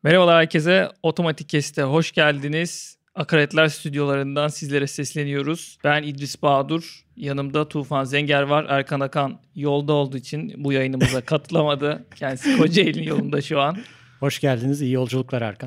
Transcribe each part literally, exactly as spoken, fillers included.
Merhabalar herkese. Otomatik Kesit'e hoş geldiniz. Akaretler stüdyolarından sizlere sesleniyoruz. Ben İdris Bahadur. Yanımda Tufan Zenger var. Erkan Akan yolda olduğu için bu yayınımıza katılamadı. Kendisi Kocaeli'nin yolunda şu an. Hoş geldiniz. İyi yolculuklar Erkan.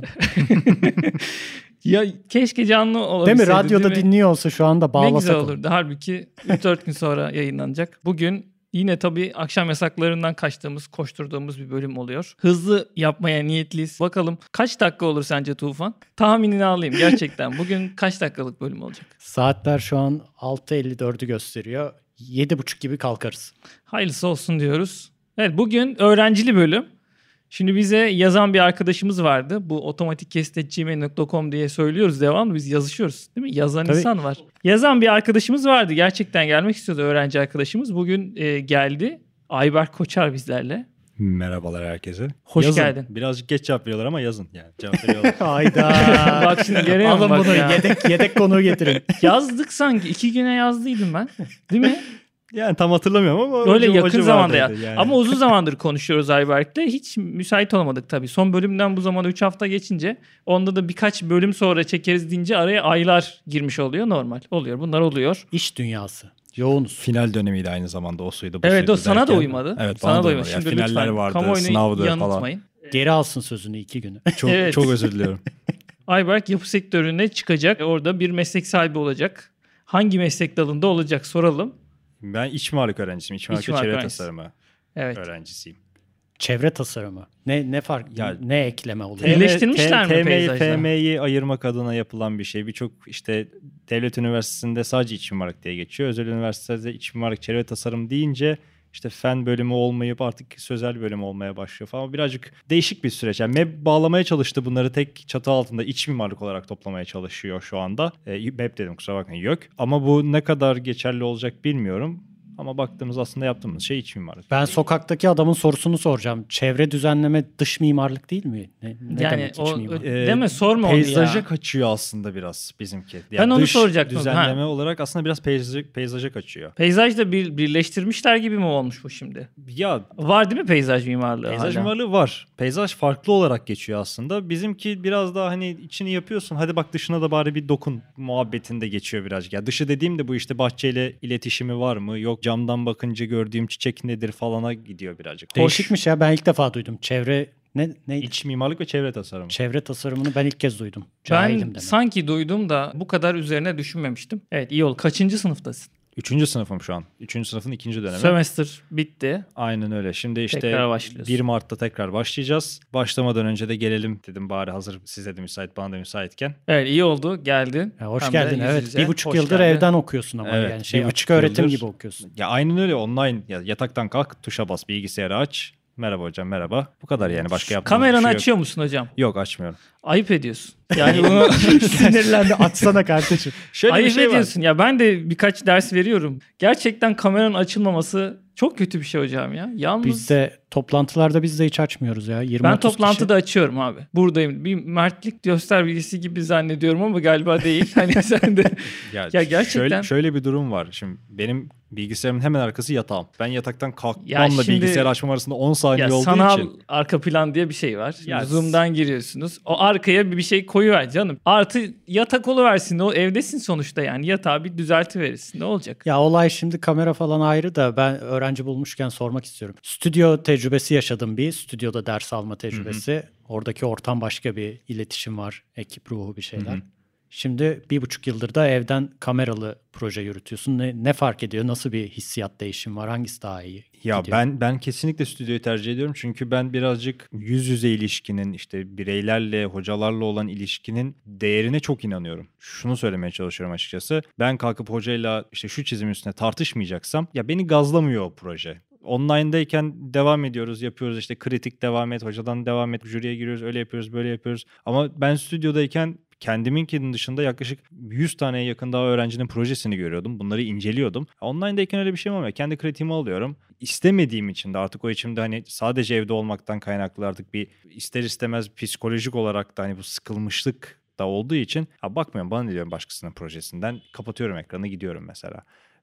Ya keşke canlı olabilseydi. Değil mi? Radyoda değil mi? dinliyor olsa şu anda bağlasak. Ne güzel olurdu. Halbuki üç dört gün sonra yayınlanacak. Bugün yine tabii akşam yasaklarından kaçtığımız, koşturduğumuz bir bölüm oluyor. Hızlı yapmaya niyetliyiz. Bakalım kaç dakika olur sence Tufan? Tahminini alayım gerçekten. Bugün kaç dakikalık bölüm olacak? Saatler şu an altı elli dördü gösteriyor. yedi buçuk gibi kalkarız. Hayırlısı olsun diyoruz. Evet, bugün öğrencili bölüm. Şimdi bize yazan bir arkadaşımız vardı. Bu otomatikkesit at gmail nokta com diye söylüyoruz devamlı. Biz yazışıyoruz değil mi? Yazan Tabii. insan var. Yazan bir arkadaşımız vardı. Gerçekten gelmek istiyordu öğrenci arkadaşımız. Bugün e, geldi. Ayberk Koçar bizlerle. Merhabalar herkese. Hoş yazın. geldin. Birazcık geç cevap veriyorlar ama yazın yani. Cevap veriyorlar. Hayda. Bak şimdi görüyor musun? Alın Bak bunu ya. yedek, yedek konuğu getirin. Yazdık sanki. iki güne yazdıydım ben. Değil mi? Yani tam hatırlamıyorum ama. Öyle o, yakın o zamanda ya. yani. Ama uzun zamandır konuşuyoruz Ayberk'le. Hiç müsait olmadık tabii. Son bölümden bu zamana üç hafta geçince onda da birkaç bölüm sonra çekeriz deyince araya aylar girmiş oluyor. Normal oluyor. Bunlar oluyor. İş dünyası. Yoğunuz. Final dönemiydi aynı zamanda. O suydu bu Evet, suydu o sana derken. da uymadı. Evet, Sana bana da da uymadı. uymadı. Şimdi Yani finaller lütfen vardı, kamuoyunu sınavdı yanıltmayın. Geri alsın sözünü iki günü. Çok, Evet. çok özür diliyorum. Ayberk yapı sektörüne çıkacak. Orada bir meslek sahibi olacak. Hangi meslek dalında olacak soralım. Ben iç mimarlık öğrencisiyim. İç mimarlık İç ve mimarlık çevre öğrencisi. tasarımı Evet. öğrencisiyim. Çevre tasarımı. Ne ne fark? Ya- ne ekleme oluyor? T- Birleştirmişler mi T M'yi, peyzajla? F M'yi ayırmak adına yapılan bir şey. Birçok işte devlet üniversitesinde sadece iç mimarlık diye geçiyor. Özel üniversitede iç mimarlık, çevre tasarım deyince işte fen bölümü olmayıp artık sözel bölüm olmaya başlıyor falan. Birazcık değişik bir süreç. Yani M E B bağlamaya çalıştı, bunları tek çatı altında iç mimarlık olarak toplamaya çalışıyor şu anda. E, M E B dedim, kusura bakmayın, yok. Ama bu ne kadar geçerli olacak bilmiyorum. Ama baktığımız aslında yaptığımız şey iç mimarlık. Ben sokaktaki adamın sorusunu soracağım. Çevre düzenleme dış mimarlık değil mi? Ne, ne Yani demek iç o- mimarlık? Ee, Değil mi? Sorma onu Peyzaja ya. kaçıyor aslında biraz bizimki. Yani Ben onu dış soracaktım. düzenleme Ha. olarak aslında biraz peyzaja, peyzaja kaçıyor. Peyzajla bir, birleştirmişler gibi mi olmuş bu şimdi? Ya Var değil mi peyzaj mimarlığı? peyzaj hala? mimarlığı var. Peyzaj farklı olarak geçiyor aslında. Bizimki biraz daha hani içini yapıyorsun, hadi bak dışına da bari bir dokun muhabbetinde geçiyor birazcık. Ya dışı dediğim de bu işte bahçeyle iletişimi var mı? Yok camdan bakınca gördüğüm çiçek nedir falana gidiyor birazcık. Değişikmiş ya, ben ilk defa duydum. Çevre ne ne İç mimarlık ve çevre tasarımı. çevre tasarımını ben ilk kez duydum. Ben Cahilim demek. sanki duydum da bu kadar üzerine düşünmemiştim. Evet, iyi ol. Kaçıncı sınıftasın? Üçüncü sınıfım şu an. Üçüncü sınıfın ikinci dönemi. Semester bitti. Aynen öyle. Şimdi işte Tekrar başlıyorsun. bir Mart'ta tekrar başlayacağız. Başlamadan önce de gelelim dedim, bari hazır size de müsait, bana da müsaitken. Evet, iyi oldu. Geldin. Ya hoş Hem de geldin. yüz Evet. yüze. Bir buçuk Hoş yıldır geldin. evden okuyorsun ama Evet, yani şey bir açık buçuk öğretim yıldır. gibi okuyorsun. Ya aynen öyle, online. Ya yataktan kalk, tuşa bas, bilgisayarı aç. Merhaba hocam, merhaba. Bu kadar yani, başka yaptığımız bir Kameranı şey yok. açıyor musun hocam? Yok, açmıyorum. Ayıp ediyorsun. Yani bunu Sinirlendi. Açsana kardeşim. Şöyle ayıp bir şey var. ediyorsun. Ya ben de birkaç ders veriyorum. Gerçekten kameranın açılmaması çok kötü bir şey hocam ya. Yalnız Biz de toplantılarda biz de hiç açmıyoruz ya. yirmi ben otuz toplantıda açıyorum abi. Buradayım. Bir mertlik göstergesi gibi zannediyorum ama galiba değil. Hani sen de Ya, Ya gerçekten- Şöyle, şöyle bir durum var. Şimdi benim bilgisayarımın hemen arkası yatağım. Ben yataktan Ya kalkmamla şimdi- bilgisayar açmam arasında on saniye ya olduğu sanal için. arka plan diye bir şey var. Ya- Zoom'dan giriyorsunuz. O arkaya bir bir şey koyuver canım. Artı yatak oluversin. O evdesin sonuçta yani. Yatağı bir düzelti verirsin. Ne olacak? Ya olay şimdi kamera falan ayrı da ben öğrenci bulmuşken sormak istiyorum. Stüdyo tecrübesi yaşadım bir. Stüdyoda ders alma tecrübesi. Oradaki ortam başka, bir iletişim var. Ekip ruhu, bir şeyler. Hı hı. Şimdi bir buçuk yıldır da evden kameralı proje yürütüyorsun. Ne, ne fark ediyor? Nasıl bir hissiyat değişimi var? Hangisi daha iyi Ya gidiyor? ben ben kesinlikle stüdyoyu tercih ediyorum. Çünkü ben birazcık yüz yüze ilişkinin, işte bireylerle, hocalarla olan ilişkinin değerine çok inanıyorum. Şunu söylemeye çalışıyorum açıkçası. Ben kalkıp hocayla işte şu çizim üstüne tartışmayacaksam ya beni gazlamıyor o proje. Online'dayken devam ediyoruz, yapıyoruz, işte kritik devam et, hocadan devam et, jüriye giriyoruz, öyle yapıyoruz, böyle yapıyoruz. Ama ben stüdyodayken kendiminkinin dışında yaklaşık yüz taneye yakın daha öğrencinin projesini görüyordum. Bunları inceliyordum. Online'dayken öyle bir şey olmuyor. Kendi kritiğimi alıyorum. İstemediğim için de artık o içimde hani sadece evde olmaktan kaynaklı artık bir ister istemez psikolojik olarak da hani bu sıkılmışlık da olduğu için ha bakmıyorum, bana ne diyorum başkasının projesinden, kapatıyorum ekranı, gidiyorum mesela.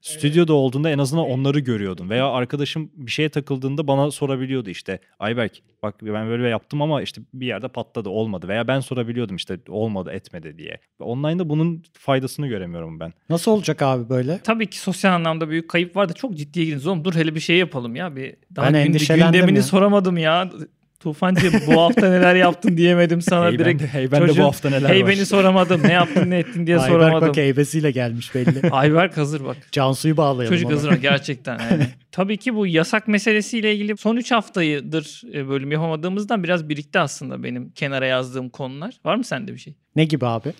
Stüdyoda olduğunda en azından onları görüyordun. Veya arkadaşım bir şeye takıldığında bana sorabiliyordu işte. Ayberk bak ben böyle yaptım ama işte bir yerde patladı, olmadı. Veya ben sorabiliyordum işte olmadı, etmedi diye. Online'da bunun faydasını göremiyorum ben. Nasıl olacak abi böyle? Tabii ki sosyal anlamda büyük kayıp var da çok ciddiye girdiniz. Oğlum dur hele bir şey yapalım ya. Bir daha Ben günde- endişelendim gündemini ya. soramadım ya. Tufancığım bu hafta neler yaptın diyemedim sana Hey direkt. ben de, hey ben de Çocuğun, bu hafta neler hey var. beni soramadım. Ne yaptın ne ettin diye Ayberk soramadım. bak heybesiyle gelmiş belli. Ayberk hazır bak. Cansu'yu bağlayalım. Çocuk ona. hazır gerçekten. Yani. Tabii ki bu yasak meselesiyle ilgili son üç haftaydır e, bölüm yapamadığımızdan biraz birikti aslında benim kenara yazdığım konular. Var mı sende bir şey? Ne gibi abi?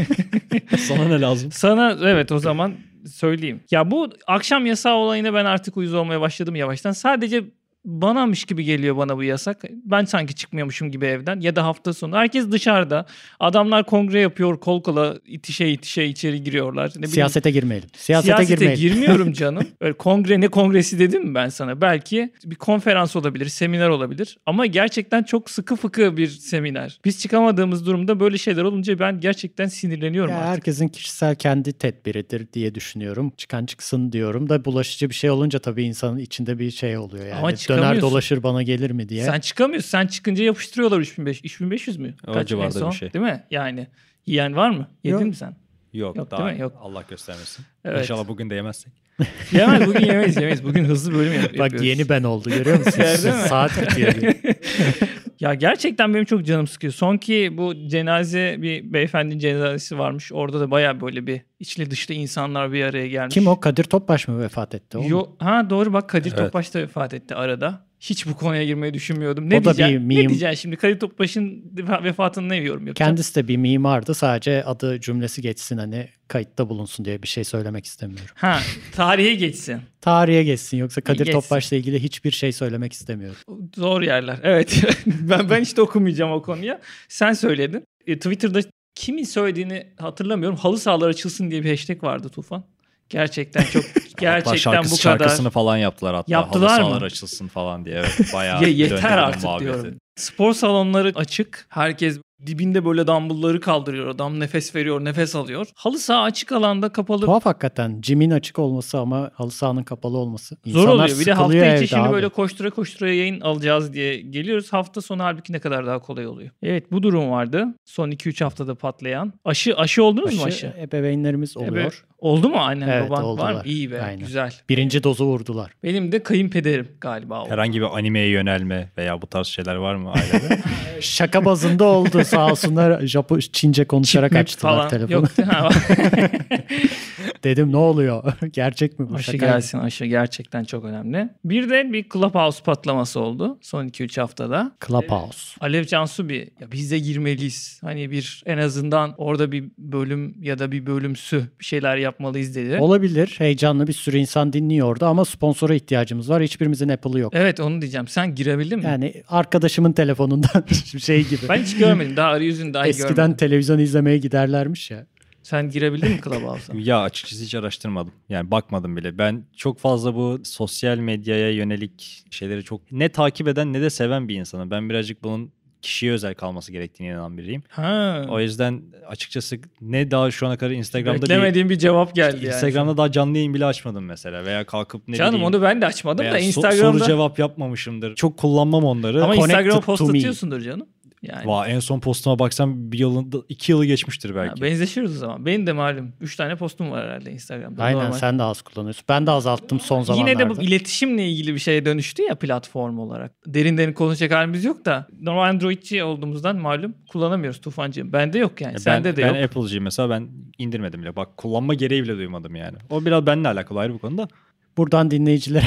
Sana ne lazım? Sana evet o zaman söyleyeyim. Ya bu akşam yasağı olayına ben artık uyuz olmaya başladım yavaştan. Sadece banamış gibi geliyor bana bu yasak. Ben sanki çıkmıyormuşum gibi evden. Ya da hafta sonu. Herkes dışarıda. Adamlar kongre yapıyor. Kol kola itişe itişe içeri giriyorlar. Ne bileyim, Siyasete girmeyelim. Siyasete, Siyasete girmeyelim. girmiyorum canım. Öyle kongre ne kongresi dedim mi ben sana? Belki bir konferans olabilir, seminer olabilir. Ama gerçekten çok sıkı fıkı bir seminer. Biz çıkamadığımız durumda böyle şeyler olunca ben gerçekten sinirleniyorum Ya artık. herkesin kişisel kendi tedbiridir diye düşünüyorum. Çıkan çıksın diyorum da bulaşıcı bir şey olunca tabii insanın içinde bir şey oluyor yani. Ama Döner çıkamıyorsun. dolaşır bana gelir mi diye. Sen çıkamıyorsun. Sen çıkınca yapıştırıyorlar üç bin beş yüz. üç bin beş yüz mü? O Kaç en civarda son? bir şey. Değil mi? Yani yiyen var mı? Yedin Yok. mi sen? Yok, Yok, daha değil mi? Yok. Allah göstermesin. Evet. İnşallah bugün de yemezsek. Yemez bugün yemeyiz yemeyiz. Bugün hızlı bölüm yap- yapıyoruz. Bak yeni ben oldu görüyor musun? Değil mi? Saat bitiyor. Ya gerçekten benim çok canım sıkıyor. Son ki bu cenaze bir beyefendinin cenazesi varmış. Orada da bayağı böyle bir içli dışlı insanlar bir araya gelmiş. Kim o? Kadir Topbaş mı vefat etti? O mu? Yo, ha doğru bak Kadir Evet. Topbaş da vefat etti arada. Hiç bu konuya girmeyi düşünmüyordum. Ne O da bir diyeceksin? Ne meme. diyeceksin şimdi? Kadir Topbaş'ın vefa- vefatını ne yorum yapacaksın? Kendisi de bir mimardı. Sadece adı cümlesi geçsin hani kayıtta bulunsun diye bir şey söylemek istemiyorum. Ha, tarihe geçsin. Tarihe geçsin yoksa Kadir Geçsin. Topbaş'la ilgili hiçbir şey söylemek istemiyorum. Zor yerler. Evet. ben ben işte okumayacağım o konuya. Sen söyledin. E, Twitter'da kimin söylediğini hatırlamıyorum. Halı sahalar açılsın diye bir hashtag vardı Tufan. Gerçekten çok Hatta gerçekten şarkısı, bu kadar. şarkısını falan yaptılar hatta. Yaptılar Halı mı? sahalar açılsın falan diye. Evet, bayağı Ya yeter döndürdüm artık muhabbeti. diyorum. Spor salonları açık. Herkes dibinde böyle dumbbellları kaldırıyor. Adam nefes veriyor, nefes alıyor. Halı saha açık alanda kapalı. Tuhaf hakikaten. Gym'in açık olması ama halı sahanın kapalı olması. Zor İnsanlar oluyor. Bir de hafta sıkılıyor içi evde şimdi abi. böyle koştura koştura yayın alacağız diye geliyoruz. Hafta sonu halbuki ne kadar daha kolay oluyor. Evet bu durum vardı. Son iki üç haftada patlayan. Aşı aşı oldunuz mu Aşı, aşı? ebeveynlerimiz oluyor. Ebe- Oldu mu annen Evet, baban? Var oldular. mı? İyi be. Aynen. Güzel. Birinci dozu vurdular. Benim de kayınpederim galiba oldu. Herhangi bir animeye yönelme veya bu tarz şeyler var mı ailede? Şaka bazında oldu sağ olsunlar. Japo Çince konuşarak Çip mip açtılar telefonu. Yok. Ha, Dedim ne oluyor? Gerçek mi bu? aşı Şaka. gelsin aşı gerçekten çok önemli. Bir de bir Clubhouse patlaması oldu son iki üç haftada. Clubhouse. Alev Cansu bir ya biz de girmeliyiz. Hani bir en azından orada bir bölüm ya da bir bölümsü bir şeyler yapmalıyız dedi. Olabilir. Heyecanlı bir sürü insan dinliyordu ama sponsora ihtiyacımız var. Hiçbirimizin Apple'ı yok. Evet onu diyeceğim. Sen girebildin mi? Yani arkadaşımın telefonundan şey gibi. Ben hiç görmedim. Daha arayüzünü dahi Eskiden görmedim. televizyon izlemeye giderlermiş ya. Sen girebildin mi Clubhouse'a? Ya açıkçası hiç araştırmadım. Yani bakmadım bile. Ben çok fazla bu sosyal medyaya yönelik şeyleri çok ne takip eden ne de seven bir insanım. Ben birazcık bunun kişiye özel kalması gerektiğine inanan biriyim. Ha. O yüzden açıkçası ne daha şu ana kadar Instagram'da bir, Beklemediğim bir cevap geldi yani. Instagram'da daha canlı yayın bile açmadım mesela veya kalkıp ne Canım bileyim. onu ben de açmadım veya da so- Instagram'da. soru cevap yapmamışımdır. Çok kullanmam onları. Ama Connected Instagram'a to post me. atıyorsundur canım. Yani. Vay, en son postuma baksam bir yılında iki yılı geçmiştir belki. Ha, benzeşiyoruz o zaman. Benim de malum üç tane postum var herhalde Instagram'da. Aynen Normal. sen de az kullanıyorsun. Ben de azalttım son zamanlarda. Yine de bu iletişimle ilgili bir şeye dönüştü ya platform olarak. Derin derin konuşacak halimiz yok da normal Android'ci olduğumuzdan malum kullanamıyoruz Tufancığım. Bende yok yani. Ya Sende ben, de ben yok. Apple'cıyım mesela, ben indirmedim bile. Bak kullanma gereği bile duymadım yani. O biraz benimle alakalı, ayrı bu konuda. Buradan dinleyicilere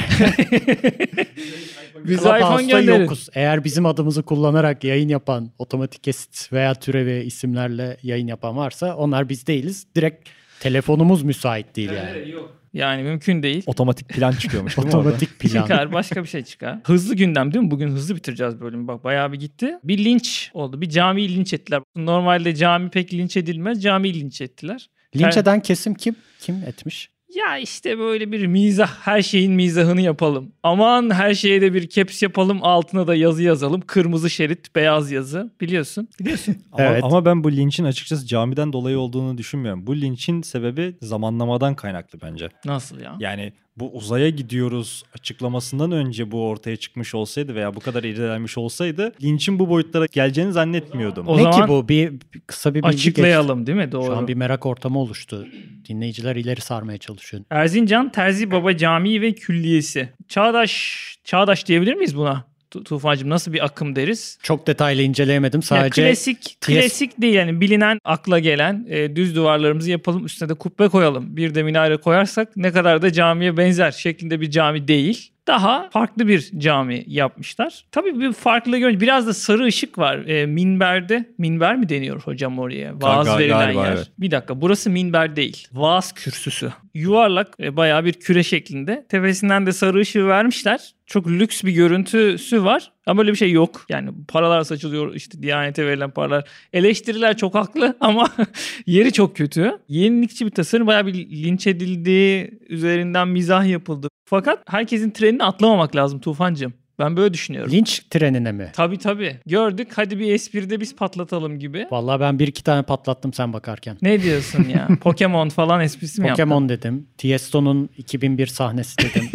Bize iPhone Clubhouse'da gönderin. yokuz. Eğer bizim adımızı kullanarak yayın yapan, otomatik kesit veya türevi isimlerle yayın yapan varsa onlar biz değiliz. Direkt telefonumuz müsait değil yani. Yani mümkün değil. Otomatik plan çıkıyormuş değil mi orada? Otomatik plan. Çıkar başka bir şey çıkar. Hızlı gündem değil mi? Bugün hızlı bitireceğiz bölümü. Bak bayağı bir gitti. Bir linç oldu. Bir camiyi linç ettiler. Normalde cami pek linç edilmez. Camiyi linç ettiler. Linç eden kesim kim? Kim etmiş? Ya işte böyle bir mizah, her şeyin mizahını yapalım. Aman her şeye de bir caps yapalım, altına da yazı yazalım. Kırmızı şerit, beyaz yazı. Biliyorsun, biliyorsun. Ama, Evet. ama ben bu linçin açıkçası camiden dolayı olduğunu düşünmüyorum. Bu linçin sebebi zamanlamadan kaynaklı bence. Nasıl ya? Yani bu uzaya gidiyoruz açıklamasından önce bu ortaya çıkmış olsaydı veya bu kadar irdelenmiş olsaydı linçin bu boyutlara geleceğini zannetmiyordum. O ne zaman ki bu? Bir, bir kısa bir bilgi Açıklayalım değil mi? geçti. Doğru. Şu an bir merak ortamı oluştu. Dinleyiciler ileri sarmaya çalışıyor. Erzincan Terzi Baba Camii ve Külliyesi. Çağdaş, çağdaş diyebilir miyiz buna? Tu- Tufancığım nasıl bir akım deriz? Çok detaylı inceleyemedim. Ya Sadece klasik klasik değil yani bilinen akla gelen e, düz duvarlarımızı yapalım, üstüne de kubbe koyalım. Bir de minare koyarsak ne kadar da camiye benzer şeklinde bir cami değil. Daha farklı bir cami yapmışlar. Tabii bir farklı görünüş. Biraz da sarı ışık var. E, minberde. Minber mi deniyor hocam oraya? Vaaz Gal- verilen galiba, yer. evet. Bir dakika, burası minber değil. Vaaz kürsüsü. Yuvarlak e, bayağı bir küre şeklinde. Tepesinden de sarı ışığı vermişler. Çok lüks bir görüntüsü var. Ama böyle bir şey yok. Yani paralar saçılıyor, işte Diyanete verilen paralar. Eleştiriler çok haklı ama yeri çok kötü. Yenilikçi bir tasarım, bayağı bir linç edildi. Üzerinden mizah yapıldı. Fakat herkesin trenine atlamamak lazım Tufancığım. Ben böyle düşünüyorum. linç trenine mi? Tabii tabii. Gördük, hadi bir espride biz patlatalım gibi. Vallahi ben bir iki tane patlattım sen bakarken. Ne diyorsun ya? Pokemon falan esprisi mi yaptın? Pokemon dedim. Tiesto'nun iki bin bir sahnesi dedim.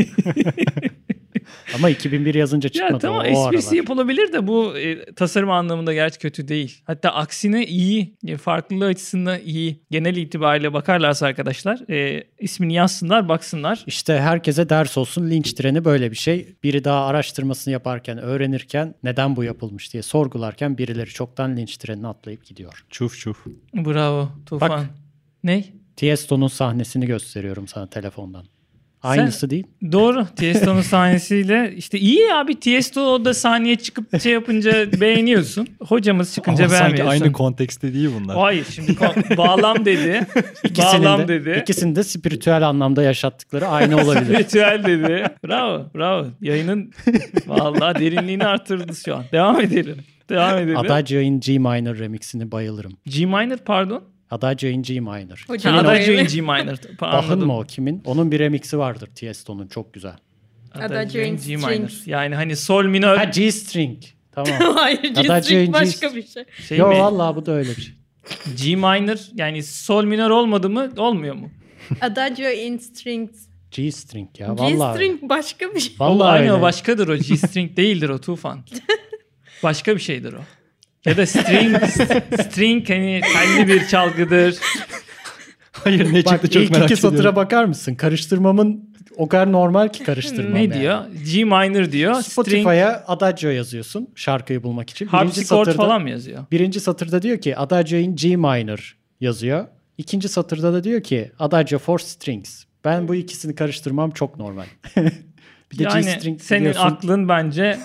Ama iki bin bir yazınca çıkmadı Ya tamam, o, o esprisi aralar. yapılabilir de bu e, tasarım anlamında gerçi kötü değil. Hatta aksine iyi, e, farklılığı açısından iyi. Genel itibariyle bakarlarsa arkadaşlar e, ismini yazsınlar, baksınlar. İşte herkese ders olsun, linç treni böyle bir şey. Biri daha araştırmasını yaparken, öğrenirken neden bu yapılmış diye sorgularken birileri çoktan linç trenine atlayıp gidiyor. Çuf çuf. Bravo Tufan. Bak. Ne? Tiesto'nun sahnesini gösteriyorum sana telefondan. Aynısı Sen- değil. Doğru. Tiesto'nun sahnesiyle işte iyi abi, Tiesto o da sahneye çıkıp şey yapınca beğeniyorsun. Hocamız çıkınca Ama sanki beğenmiyorsun. aynı kontekste değil bunlar. Hayır şimdi kon- bağlam dedi. İkisinin bağlam de, dedi. ikisinin de spiritüel anlamda yaşattıkları aynı olabilir. Ritüel dedi. Bravo, bravo. Yayının vallahi derinliğini arttırdı şu an. Devam edelim. Devam edelim. Adagio in G minor remixini bayılırım. G minor pardon. Adagio in G minor. Hocam Ha, Adagio Adagio in in- G minor. Pa- Bahın anladım. mı o kimin? Onun bir remixi vardır Tiesto'nun, çok güzel. Adagio in G minor. Strings. Yani hani sol minör Ha G string. Tamam. Hayır, Adagio in G-string G- başka bir şey. şey Yo mi? vallahi bu da öyle bir şey. G minor yani sol minör olmadı mı olmuyor mu? Adagio in strings. G string ya vallahi. öyle. G-string başka bir şey. Vallahi Vallahi aynı öyle. o başkadır o. G string değildir o Tufan. Başka bir şeydir o. Ya da string string hani telli bir çalgıdır. Hayır ne Bak çıktı çok ilk merak iki ediyorum. satıra bakar mısın? Karıştırmamın o kadar normal ki karıştırmam Ne yani. diyor? G minor diyor. String, Spotify'a Adagio yazıyorsun şarkıyı bulmak için. Birinci harpsichord satırda, falan mı yazıyor? birinci satırda diyor ki Adagio in G minor yazıyor. İkinci satırda da diyor ki Adagio for strings. Ben bu ikisini karıştırmam çok normal. Bir de Yani G-string senin biliyorsun. aklın bence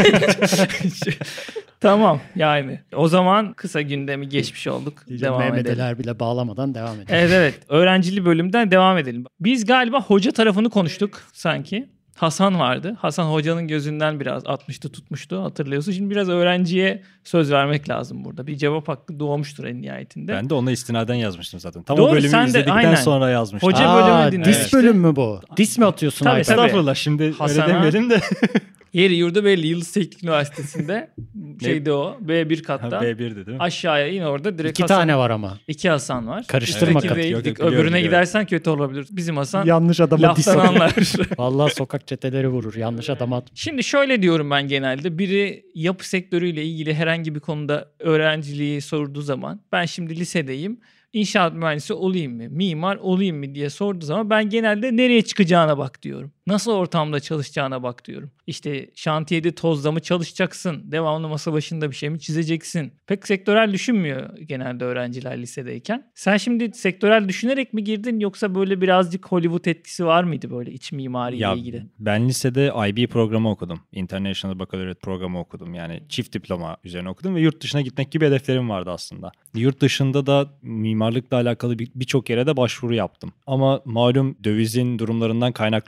tamam yani. O zaman kısa gündemi geçmiş olduk. Devam edelim. Mehmedeler bile bağlamadan devam edelim. Evet evet. Öğrencili bölümden devam edelim. Biz galiba hoca tarafını konuştuk sanki. Hasan vardı. Hasan hocanın gözünden biraz atmıştı tutmuştu, hatırlıyorsun. Şimdi biraz öğrenciye söz vermek lazım burada. Bir cevap hakkı doğmuştur en nihayetinde. Ben de ona istinaden yazmıştım zaten. Tam Doğru, o bölümü sen de- izledikten aynen. sonra yazmıştım. Hoca Aa, bölümünü dinle dis işte. bölüm mü bu? Dis mi atıyorsun? Tabii, Ayber? tabii. Estağfurullah şimdi Hasan'a- öyle demeyelim de. Yeri yurdu belli. Yıldız Teknik Üniversitesi'nde şeyde o B bir katta. B bir'di değil mi? Aşağıya in, orada direkt İki Hasan. tane var ama. İki Hasan var. Karıştırma Üstteki kat. değil, Yok, yok, biliyorum, öbürüne biliyorum. gidersen kötü olabilir. Bizim Hasan Yanlış adama dis laftan atıyor. anlar. Vallahi sokak çeteleri vurur. Yanlış adama at. Şimdi şöyle diyorum ben genelde. Biri yapı sektörüyle ilgili herhangi bir konuda öğrenciliği sorduğu zaman, ben şimdi lisedeyim, İnşaat mühendisi olayım mı, mimar olayım mı diye sorduğu zaman ben genelde nereye çıkacağına bak diyorum. Nasıl ortamda çalışacağına bak diyorum. İşte şantiyede tozda mı çalışacaksın? Devamlı masa başında bir şey mi çizeceksin? Pek sektörel düşünmüyor genelde öğrenciler lisedeyken. Sen şimdi sektörel düşünerek mi girdin, yoksa böyle birazcık Hollywood etkisi var mıydı böyle iç mimariyle Ya ilgili? ben lisede I B programı okudum. International Baccalaureate programı okudum. Yani çift diploma üzerine okudum ve yurt dışına gitmek gibi hedeflerim vardı aslında. Yurt dışında da mimarlıkla alakalı bir- birçok yere de başvuru yaptım. Ama malum dövizin durumlarından kaynaklı olarak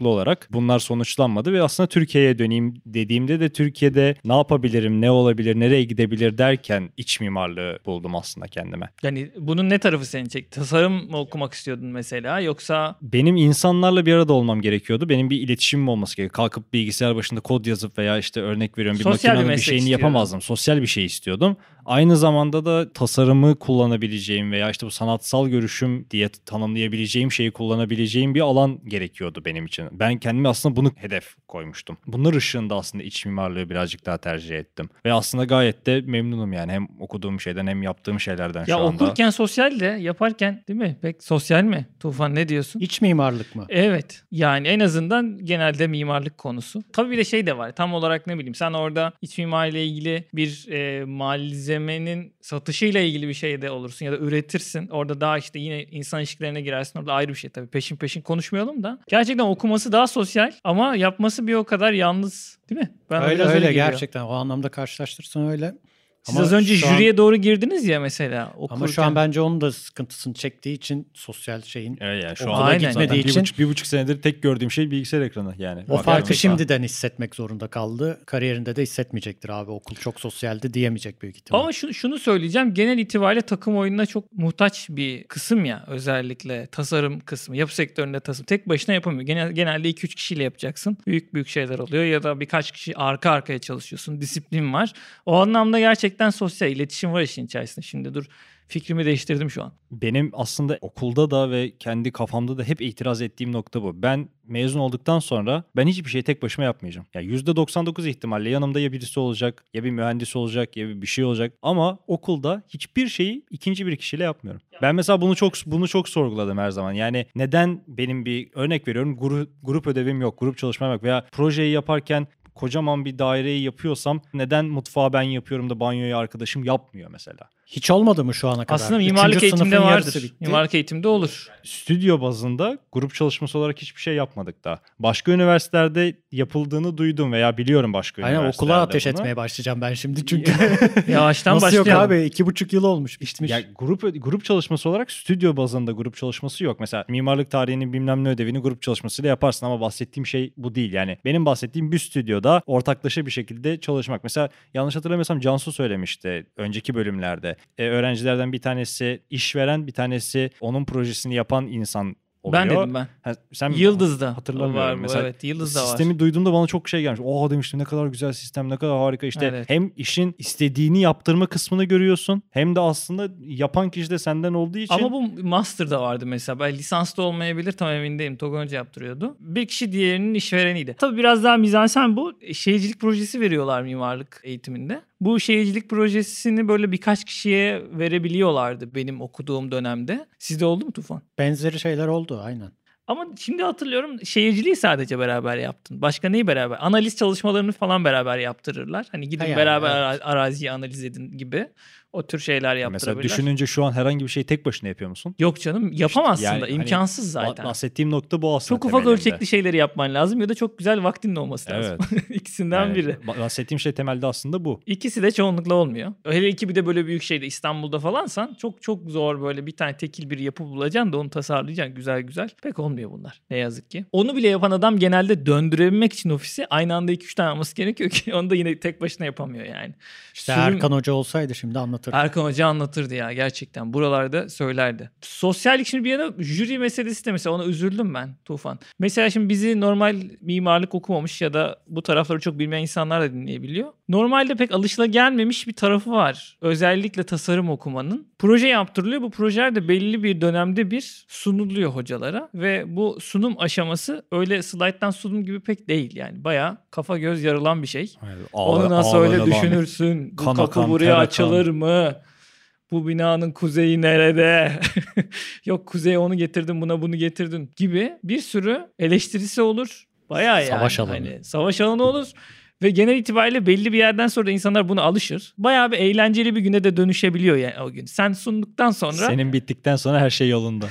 bunlar sonuçlanmadı ve aslında Türkiye'ye döneyim dediğimde de Türkiye'de ne yapabilirim, ne olabilir, nereye gidebilir derken iç mimarlığı buldum aslında kendime. Yani bunun ne tarafı seni çekti? Tasarım mı okumak istiyordun mesela yoksa? Benim insanlarla bir arada olmam gerekiyordu. Benim bir iletişimim olması gerekiyordu. Kalkıp bilgisayar başında kod yazıp veya işte örnek veriyorum bir Sosyal bir makinenin bir meslek şeyini istiyordun. yapamazdım. Sosyal bir şey istiyordum. Aynı zamanda da tasarımı kullanabileceğim veya işte bu sanatsal görüşüm diye tanımlayabileceğim şeyi kullanabileceğim bir alan gerekiyordu benim için. Ben kendime aslında bunu hedef koymuştum. Bunlar ışığında aslında iç mimarlığı birazcık daha tercih ettim. Ve aslında gayet de memnunum yani. Hem okuduğum şeyden hem yaptığım şeylerden Ya şu anda. okurken sosyal de yaparken değil mi? Pek sosyal mi? Tufan ne diyorsun? İç mimarlık mı? Evet. Yani en azından genelde mimarlık konusu. Tabii bir de şey de var. Tam olarak ne bileyim sen orada iç mimariyle ilgili bir e, malzemenin satışıyla ilgili bir şey de olursun ya da üretirsin. Orada daha işte yine insan ilişkilerine girersin. Orada ayrı bir şey tabii. Peşin peşin konuşmayalım da. Gerçekten okuması daha sosyal ama yapması bir o kadar yalnız değil mi? Bana öyle biraz öyle geliyor. gerçekten o anlamda karşılaştırırsan öyle. Siz Ama az önce şu an- jüriye doğru girdiniz ya mesela okurken. Ama şu an bence onun da sıkıntısını çektiği için sosyal şeyin Evet yani şu okula anda Aynen. gitmediği gitmediği bir, için buçuk, bir buçuk senedir tek gördüğüm şey bilgisayar ekranı yani. o Bak, farkı gerçekten. şimdiden hissetmek zorunda kaldı. Kariyerinde de hissetmeyecektir abi. Okul çok sosyaldi diyemeyecek büyük ihtimal. Ama şunu, şunu söyleyeceğim. Genel itibariyle takım oyununa çok muhtaç bir kısım ya. Özellikle tasarım kısmı. Yapı sektöründe tasarım. Tek başına yapamıyor. Genel, genelde iki üç kişiyle yapacaksın. Büyük büyük şeyler oluyor. Ya da birkaç kişi arka arkaya çalışıyorsun. Disiplin var. O anlamda gerçekten sosyal iletişim var işin içerisinde. Şimdi dur fikrimi değiştirdim şu an. Benim aslında okulda da ve kendi kafamda da hep itiraz ettiğim nokta bu. Ben mezun olduktan sonra ben hiçbir şeyi tek başıma yapmayacağım. Yani yüzde doksan dokuz ihtimalle yanımda ya birisi olacak, ya bir mühendis olacak, ya bir bir şey olacak. Ama okulda hiçbir şeyi ikinci bir kişiyle yapmıyorum. Ben mesela bunu çok bunu çok sorguladım her zaman. Yani neden benim bir örnek veriyorum grup, grup ödevim yok, grup çalışmam yok veya projeyi yaparken kocaman bir daireyi yapıyorsam neden mutfağı ben yapıyorum da banyoyu arkadaşım yapmıyor mesela? Hiç olmadı mı şu ana kadar? Aslında mimarlık Üçüncü eğitimde sınıfın vardır. yarısı bitti. Mimarlık eğitimde olur. Stüdyo bazında grup çalışması olarak hiçbir şey yapmadık daha. Başka üniversitelerde yapıldığını duydum veya biliyorum başka Aynen üniversitelerde okula ateş bunu. etmeye başlayacağım ben şimdi çünkü. Yavaştan Nasıl başlayalım. yok abi? İki buçuk yıl olmuş. Bitmiş. Ya grup grup çalışması olarak stüdyo bazında grup çalışması yok. Mesela mimarlık tarihinin bilmem ne ödevini grup çalışmasıyla yaparsın ama bahsettiğim şey bu değil. Yani benim bahsettiğim bir stüdyoda ortaklaşa bir şekilde çalışmak. Mesela yanlış hatırlamıyorsam Cansu söylemişti önceki bölümlerde. Ee, öğrencilerden bir tanesi işveren, bir tanesi onun projesini yapan insan oluyor. Ben dedim ben. Ha, sen Yıldız'da hatırlamıyorum. var bu, Mesela evet. Yıldız'da var. sistemi duyduğumda bana çok şey gelmiş. Oha demiştim ne kadar güzel sistem, ne kadar harika. İşte Evet. hem işin istediğini yaptırma kısmını görüyorsun hem de aslında yapan kişi de senden olduğu için. Ama bu master'da vardı mesela. Ben lisanslı olmayabilir tam emin değilim. Togan Hoca yaptırıyordu. Bir kişi diğerinin işvereniydi. Tabii biraz daha mizansen bu. Şehircilik projesi veriyorlar mimarlık eğitiminde. Bu şehircilik projesini böyle birkaç kişiye verebiliyorlardı benim okuduğum dönemde. Sizde oldu mu Tufan? Benzeri şeyler oldu aynen. Ama şimdi hatırlıyorum şehirciliği sadece beraber yaptın. Başka neyi beraber? Analiz çalışmalarını falan beraber yaptırırlar. Hani gidin Ha yani, beraber evet. ara- araziyi analiz edin gibi. O tür şeyler mesela yaptırabilirler. düşününce şu an herhangi bir şeyi tek başına yapıyor musun? Yok canım yapamazsın Yani da hani imkansız zaten. Bahsettiğim nokta bu aslında. Çok ufak temelinde. ölçekli şeyleri yapman lazım ya da çok güzel vaktinin olması lazım. İkisinden Yani biri. bahsettiğim şey temelde aslında bu. İkisi de çoğunlukla olmuyor. Hele iki bir de böyle büyük şeyde İstanbul'da falansan çok çok zor böyle bir tane tekil bir yapı bulacaksın da onu tasarlayacaksın güzel güzel. Pek olmuyor bunlar ne yazık ki. Onu bile yapan adam genelde döndürebilmek için ofisi aynı anda iki üç tane alması gerekiyor ki onu da yine tek başına yapamıyor yani. İşte Sürüm- Erkan Hoca olsaydı şimdi anlatırdı. Erkan Hoca anlatırdı ya gerçekten. Buralarda söylerdi. Sosyallik şimdi bir yana jüri meselesi de mesela ona üzüldüm ben Tufan. Mesela şimdi bizi normal mimarlık okumamış ya da bu tarafları çok bilmeyen insanlar da dinleyebiliyor. Normalde pek alışılagelmemiş bir tarafı var. Özellikle tasarım okumanın. Proje yaptırılıyor. Bu projeler de belli bir dönemde bir sunuluyor hocalara. Ve bu sunum aşaması öyle slayttan sunum gibi pek değil. Yani bayağı kafa göz yarılan bir şey. Onu nasıl öyle düşünürsün? Bu Kan kapı akan, buraya ter akan. açılır mı? Bu binanın kuzeyi nerede? Yok kuzeye onu getirdin buna bunu getirdin gibi bir sürü eleştirisi olur. Bayağı yani. Savaş alanı. Hani, savaş alanı olur. Ve genel itibariyle belli bir yerden sonra da insanlar buna alışır. Bayağı bir eğlenceli bir güne de dönüşebiliyor yani o gün. Sen sunduktan sonra Senin bittikten sonra her şey yolunda.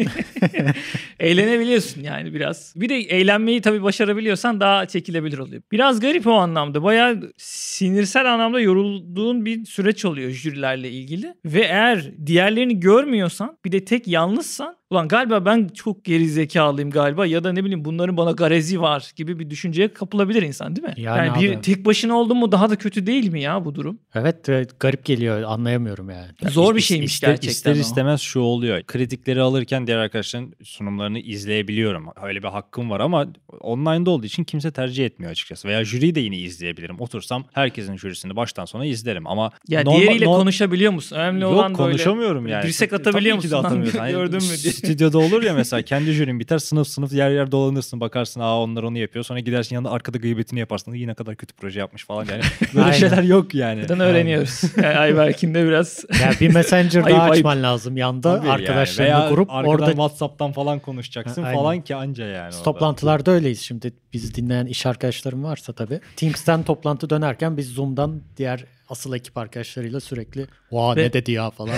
eğlenebiliyorsun yani biraz. Bir de eğlenmeyi tabii başarabiliyorsan daha çekilebilir oluyor. Biraz garip o anlamda. Bayağı sinirsel anlamda yorulduğun bir süreç oluyor jürilerle ilgili. Ve eğer diğerlerini görmüyorsan bir de tek yalnızsan Ulan galiba ben çok geri zekalıyım galiba ya da ne bileyim bunların bana garezi var gibi bir düşünceye kapılabilir insan değil mi? Yani Yani, bir abi. tek başına oldun mu daha da kötü değil mi ya bu durum? Evet, evet, garip geliyor, anlayamıyorum yani. Zor bir İster- şeymiş ister, gerçekten İster o. istemez şu oluyor. Kritikleri alırken diğer arkadaşların sunumlarını izleyebiliyorum. Öyle bir hakkım var ama online'da olduğu için kimse tercih etmiyor açıkçası. Veya jüriyi de yine izleyebilirim. Otursam herkesin jürisini baştan sona izlerim ama Ya normal- diğeriyle no- konuşabiliyor musun? Önemli Yok, olan böyle. konuşamıyorum yani. Dirsek Tabii atabiliyor ki de musun? atamıyorum. Hani Gördün mü diye. Stüdyoda olur ya mesela kendi jürin biter sınıf sınıf yer yer dolanırsın bakarsın aa onlar onu yapıyor. Sonra gidersin yanında arkada gıybetini yaparsın. Yine kadar kötü proje yapmış falan yani. Böyle Aynen. şeyler yok yani. Buradan öğreniyoruz. Yani Ayberk'in de biraz Yani bir messenger Ayıp, daha ayıp. açman lazım yanda, Tabii yani. arkadaşlarını Veya kurup arkadan orada WhatsApp'tan falan konuşacaksın Ha, aynen. falan ki anca yani. biz orada. toplantılarda öyleyiz şimdi. Bizi dinleyen iş arkadaşlarım varsa tabii. Teams'ten toplantı dönerken biz Zoom'dan diğer asıl ekip arkadaşlarıyla sürekli "Vaa Ve- ne dedi ya" falan.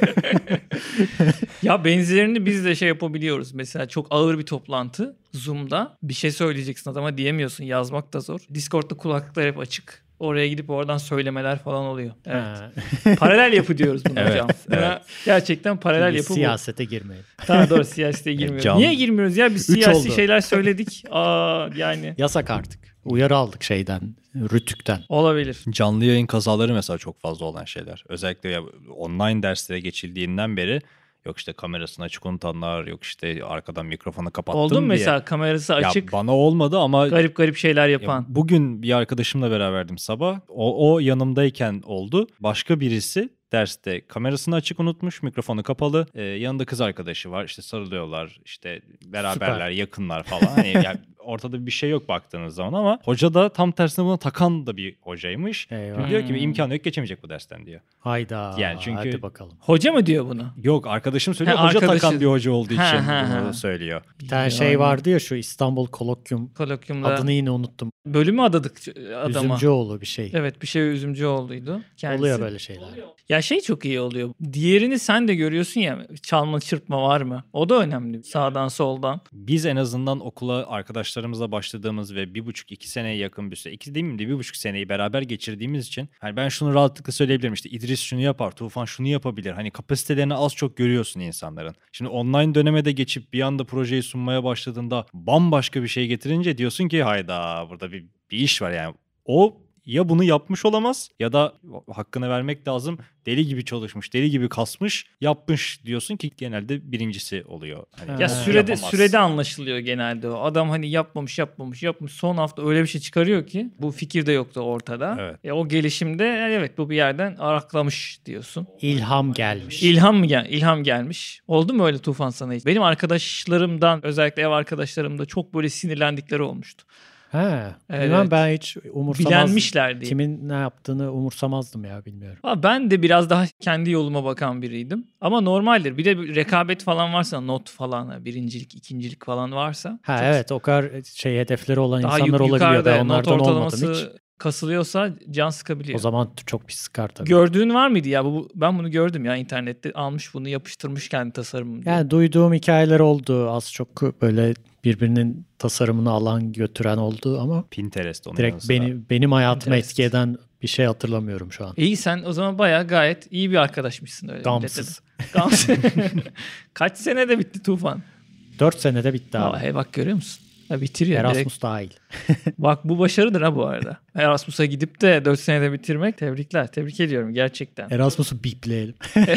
ya benzerini biz de şey yapabiliyoruz. Mesela çok ağır bir toplantı Zoom'da bir şey söyleyeceksin adama diyemiyorsun. Yazmak da zor. Discord'da kulaklıklar hep açık. Oraya gidip oradan söylemeler falan oluyor. Evet. Ha. Paralel yapı diyoruz buna Evet, hocam. Buna evet. gerçekten paralel Şimdi yapı bu. siyasete girmeyelim. Tamam doğru siyasete girmiyoruz. Can- Niye girmiyoruz ya? Biz Üç siyasi oldu. şeyler söyledik. Aa yani Yasak artık. Uyarı aldık şeyden, Rütük'ten. olabilir. Canlı yayın kazaları mesela çok fazla olan şeyler. Özellikle ya online derslere geçildiğinden beri yok işte kamerasını açık unutanlar, yok işte arkadan mikrofonu kapattım Oldu mu diye. mesela kamerası açık, Ya bana olmadı ama garip garip şeyler ya yapan? bugün bir arkadaşımla beraberdim sabah. O, o yanımdayken oldu. Başka birisi derste kamerasını açık unutmuş, mikrofonu kapalı. Ee, yanında kız arkadaşı var. İşte sarılıyorlar, işte beraberler, Süper. yakınlar falan. Hani yani ortada bir şey yok baktığınız zaman ama hoca da tam tersine buna takan da bir hocaymış. Eyvah. Diyor ki Hmm. imkanı yok geçemeyecek bu dersten diyor. Hayda. Yani çünkü- Hadi bakalım. Hoca mı diyor bunu? Yok arkadaşım söylüyor. Ha, hoca arkadaşı- takan bir hoca olduğu için Ha, ha, bunu ha. söylüyor. Bir tane şey vardı ya, şu İstanbul Kolokyum. Kolokyumda Adını yine unuttum. bölümü adadık adama. Üzümcüoğlu bir şey. Evet bir şey üzümcü olduydu. Kendisi. Oluyor böyle şeyler. Ya şey çok iyi oluyor. Diğerini sen de görüyorsun ya, çalma çırpma var mı? O da önemli. Sağdan soldan. Biz en azından okula arkadaşlarımızla başladığımız ve bir buçuk iki seneye yakın bir süre, iki değil mi de bir buçuk seneyi beraber geçirdiğimiz için hani ben şunu rahatlıkla söyleyebilirim, işte İdris şunu yapar, Tufan şunu yapabilir. Hani kapasitelerini az çok görüyorsun insanların. Şimdi online döneme de geçip bir anda projeyi sunmaya başladığında bambaşka bir şey getirince diyorsun ki hayda burada bir, bir iş var yani. O ya bunu yapmış olamaz ya da hakkını vermek lazım. Deli gibi çalışmış, deli gibi kasmış, yapmış diyorsun ki genelde birincisi oluyor. Hani Ya Ha. sürede yapamaz. sürede anlaşılıyor genelde o. Adam hani yapmamış yapmamış yapmış. Son hafta öyle bir şey çıkarıyor ki bu fikir de yoktu ortada. Evet. E, o gelişimde yani evet bu bir yerden araklamış diyorsun. İlham gelmiş. İlham mı gel ilham gelmiş. Oldu mu öyle Tufan sana hiç? Benim arkadaşlarımdan özellikle ev arkadaşlarımda çok böyle sinirlendikleri olmuştu. He. Evet. Bilmem, ben hiç umursamazdım. Bilenmişler diye. Kimin ne yaptığını umursamazdım ya, bilmiyorum. Ama ben de biraz daha kendi yoluma bakan biriydim. Ama normaldir. Bir de bir rekabet falan varsa, not falan, birincilik, ikincilik falan varsa. Ha çok evet, o kadar şey hedefleri olan daha insanlar yuk- olabiliyor. yukarıda Ben not onlardan olmadım ortalaması hiç. kasılıyorsa can sıkabiliyor. O zaman çok bir sıkar tabii. Gördüğün var mıydı ya? Bu, ben bunu gördüm ya internette. Almış bunu yapıştırmış kendi tasarımını. diye. Yani duyduğum hikayeler oldu. Az çok böyle birbirinin tasarımını alan götüren oldu ama Pinterest onun yanı direkt sıra. beni, benim hayatımı Pinterest. etki eden bir şey hatırlamıyorum şu an. İyi sen o zaman bayağı gayet iyi bir arkadaşmışsın öyle. Gamsız. millete de. Gamsız. Kaç senede bitti Tufan? Dört senede bitti Aa, abi. hey, bak görüyor musun? Ha, bitiriyor direkt. Erasmus dahil. Bak bu başarıdır ha bu arada. Erasmus'a gidip de dört senede bitirmek tebrikler. Tebrik ediyorum gerçekten. Erasmus'u bipleyelim.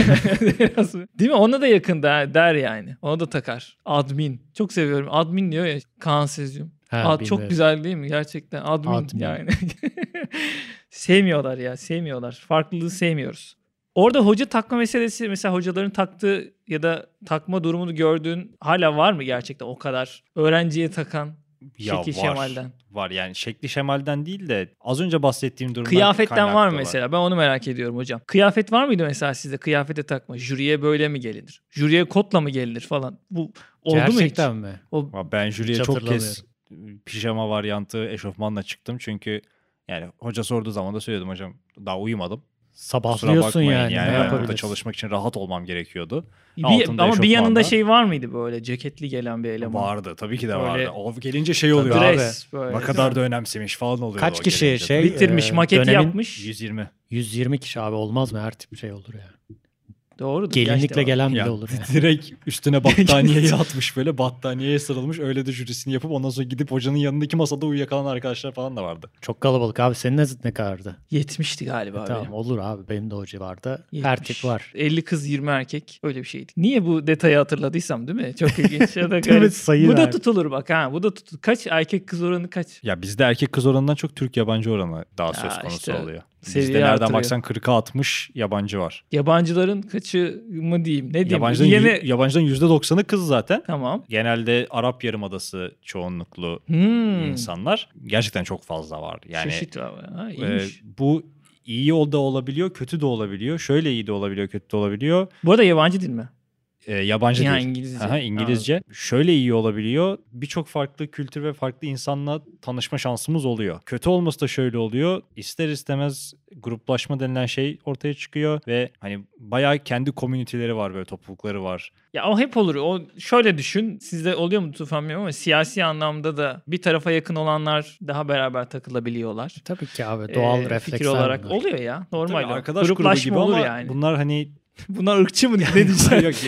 Değil mi? Ona da yakın der, der yani. Ona da takar. Admin. Çok seviyorum. Admin diyor ya Kaan Sezyum. Ha, Ad çok bilmiyorum. güzel değil mi? Gerçekten. Admin, Admin. yani. Sevmiyorlar ya. Sevmiyorlar. Farklılığı sevmiyoruz. Orada hoca takma meselesi, mesela hocaların taktığı ya da takma durumunu gördüğün hala var mı gerçekten o kadar öğrenciye takan Ya şekil var, şemalden? var yani şekli şemalden değil de az önce bahsettiğim durumdan Kıyafetten var kaynaklı mı mesela? Ben onu merak ediyorum hocam. Kıyafet var mıydı mesela sizde? Kıyafete takma. Jüriye böyle mi gelinir? Jüriye kotla mı gelinir falan? Bu oldu mu hiç? Gerçekten mi? O Ama ben jüriye Hiç çok kez pijama varyantı eşofmanla çıktım çünkü yani hoca sorduğu zaman da söyledim hocam daha uyumadım. Kusura Sabahlıyorsun bakmayın yani. yani ne ben burada yapabilirsin? çalışmak için rahat olmam gerekiyordu. bir, Altında ama bir yanında eşofmanla. şey var mıydı böyle ceketli gelen bir eleman? Vardı tabii ki de Böyle- vardı. O gelince şey oluyor Tabii abi. Dress böyle. Ne kadar da önemsemiş falan oluyor. Kaç o kişi gelince. şey- Bitirmiş, e, maketi dönemin- yapmış. yüz yirmi. yüz yirmi kişi abi, olmaz mı? Her tip şey olur ya. Doğru. Gelinlikle gelen bile Ya, olur. Yani. direkt üstüne battaniyeyi atmış böyle battaniyeye sarılmış öyle de jürisini yapıp ondan sonra gidip hocanın yanındaki masada uyuyakalan arkadaşlar falan da vardı. Çok kalabalık abi. Senin ne, ne kadardı? yetmişti galiba. E, tamam benim. olur abi. Benim de o civarda. yetmiş. Her tip var. elli kız yirmi erkek öyle bir şeydi. Niye bu detayı hatırladıysam değil mi? Çok ilginç. Ya da Değil mi? garip. Sayı Bu da ver. tutulur bak ha. Bu da tutulur. Kaç erkek kız oranı kaç? Ya bizde erkek kız oranından çok Türk yabancı oranı daha söz Ya konusu işte, oluyor. seviye Bizde nereden artırıyor. baksan kırka altmış yabancı var. Yabancıların kaçı mı diyeyim? Ne diyeyim? Yabancıların, Yeni... yü- yabancıların yüzde doksanı kız zaten. Tamam. Genelde Arap Yarımadası çoğunluklu Hmm. insanlar. Gerçekten çok fazla var. Yani Çeşit var. Ha, e, iyiymiş. bu iyi da olabiliyor, kötü de olabiliyor. Şöyle iyi de olabiliyor, kötü de olabiliyor. Bu arada yabancı dil mi? E, yabancı Ya değil. İngilizce. Aha, İngilizce. Şöyle iyi olabiliyor. Birçok farklı kültür ve farklı insanla tanışma şansımız oluyor. Kötü olması da şöyle oluyor. İster istemez gruplaşma denilen şey ortaya çıkıyor ve hani bayağı kendi komüniteleri var, böyle toplulukları var. Ya o hep olur. O şöyle düşün. Sizde oluyor mu Tufan bilmiyorum ama siyasi anlamda da bir tarafa yakın olanlar daha beraber takılabiliyorlar. Tabii ki abi. Doğal Ee, refleksler fikir olarak bunlar. oluyor ya. Normal. Tabii o. arkadaş grubu Gruplaşma gibi olur ama yani. bunlar hani Bunlar ırkçı mı ne diyeceksin? Yok,